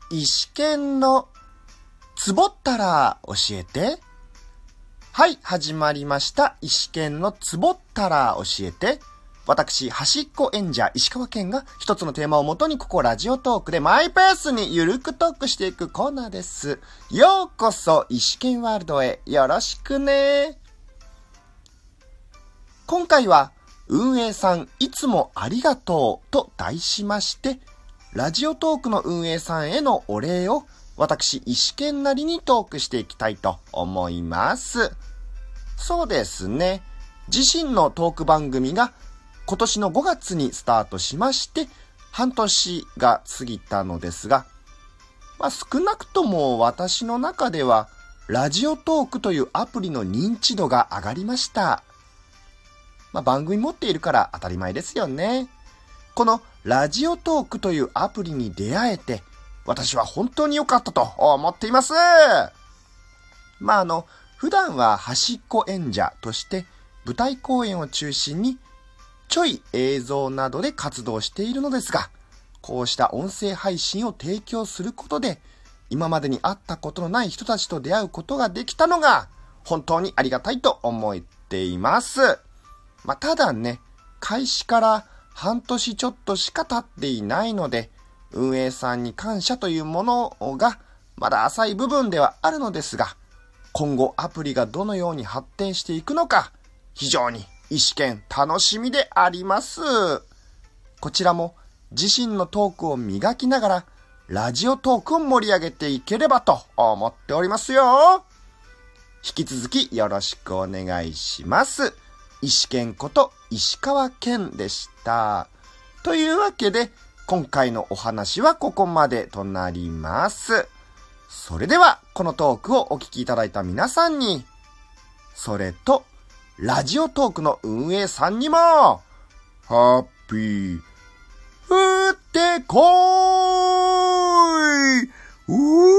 石剣のつぼったら教えて。はい、始まりました。石剣のつぼったら教えて。私、端っこ演者、石川県が一つのテーマをもとにここラジオトークでマイペースにゆるくトークしていくコーナーです。ようこそ石剣ワールドへよろしくね。今回は運営さんいつもありがとうと題しまして、ラジオトークの運営さんへのお礼を私石剣なりにトークしていきたいと思います。そうですね。自身のトーク番組が今年の5月にスタートしまして、半年が過ぎたのですが、少なくとも私の中では、ラジオトークというアプリの認知度が上がりました。番組持っているから当たり前ですよね。このラジオトークというアプリに出会えて、私は本当に良かったと思っています。普段は端っこ演者として舞台公演を中心にちょい映像などで活動しているのですが、こうした音声配信を提供することで、今までに会ったことのない人たちと出会うことができたのが、本当にありがたいと思っています。ただね、開始から半年ちょっとしか経っていないので、運営さんに感謝というものがまだ浅い部分ではあるのですが、今後アプリがどのように発展していくのか、非常に石剣楽しみであります。こちらも自身のトークを磨きながらラジオトークを盛り上げていければと思っておりますよ。引き続きよろしくお願いします。石剣こと石川県でした。というわけで今回のお話はここまでとなります。それではこのトークをお聞きいただいた皆さんに、それとラジオトークの運営さんにも、ハッピー、降ってこーい、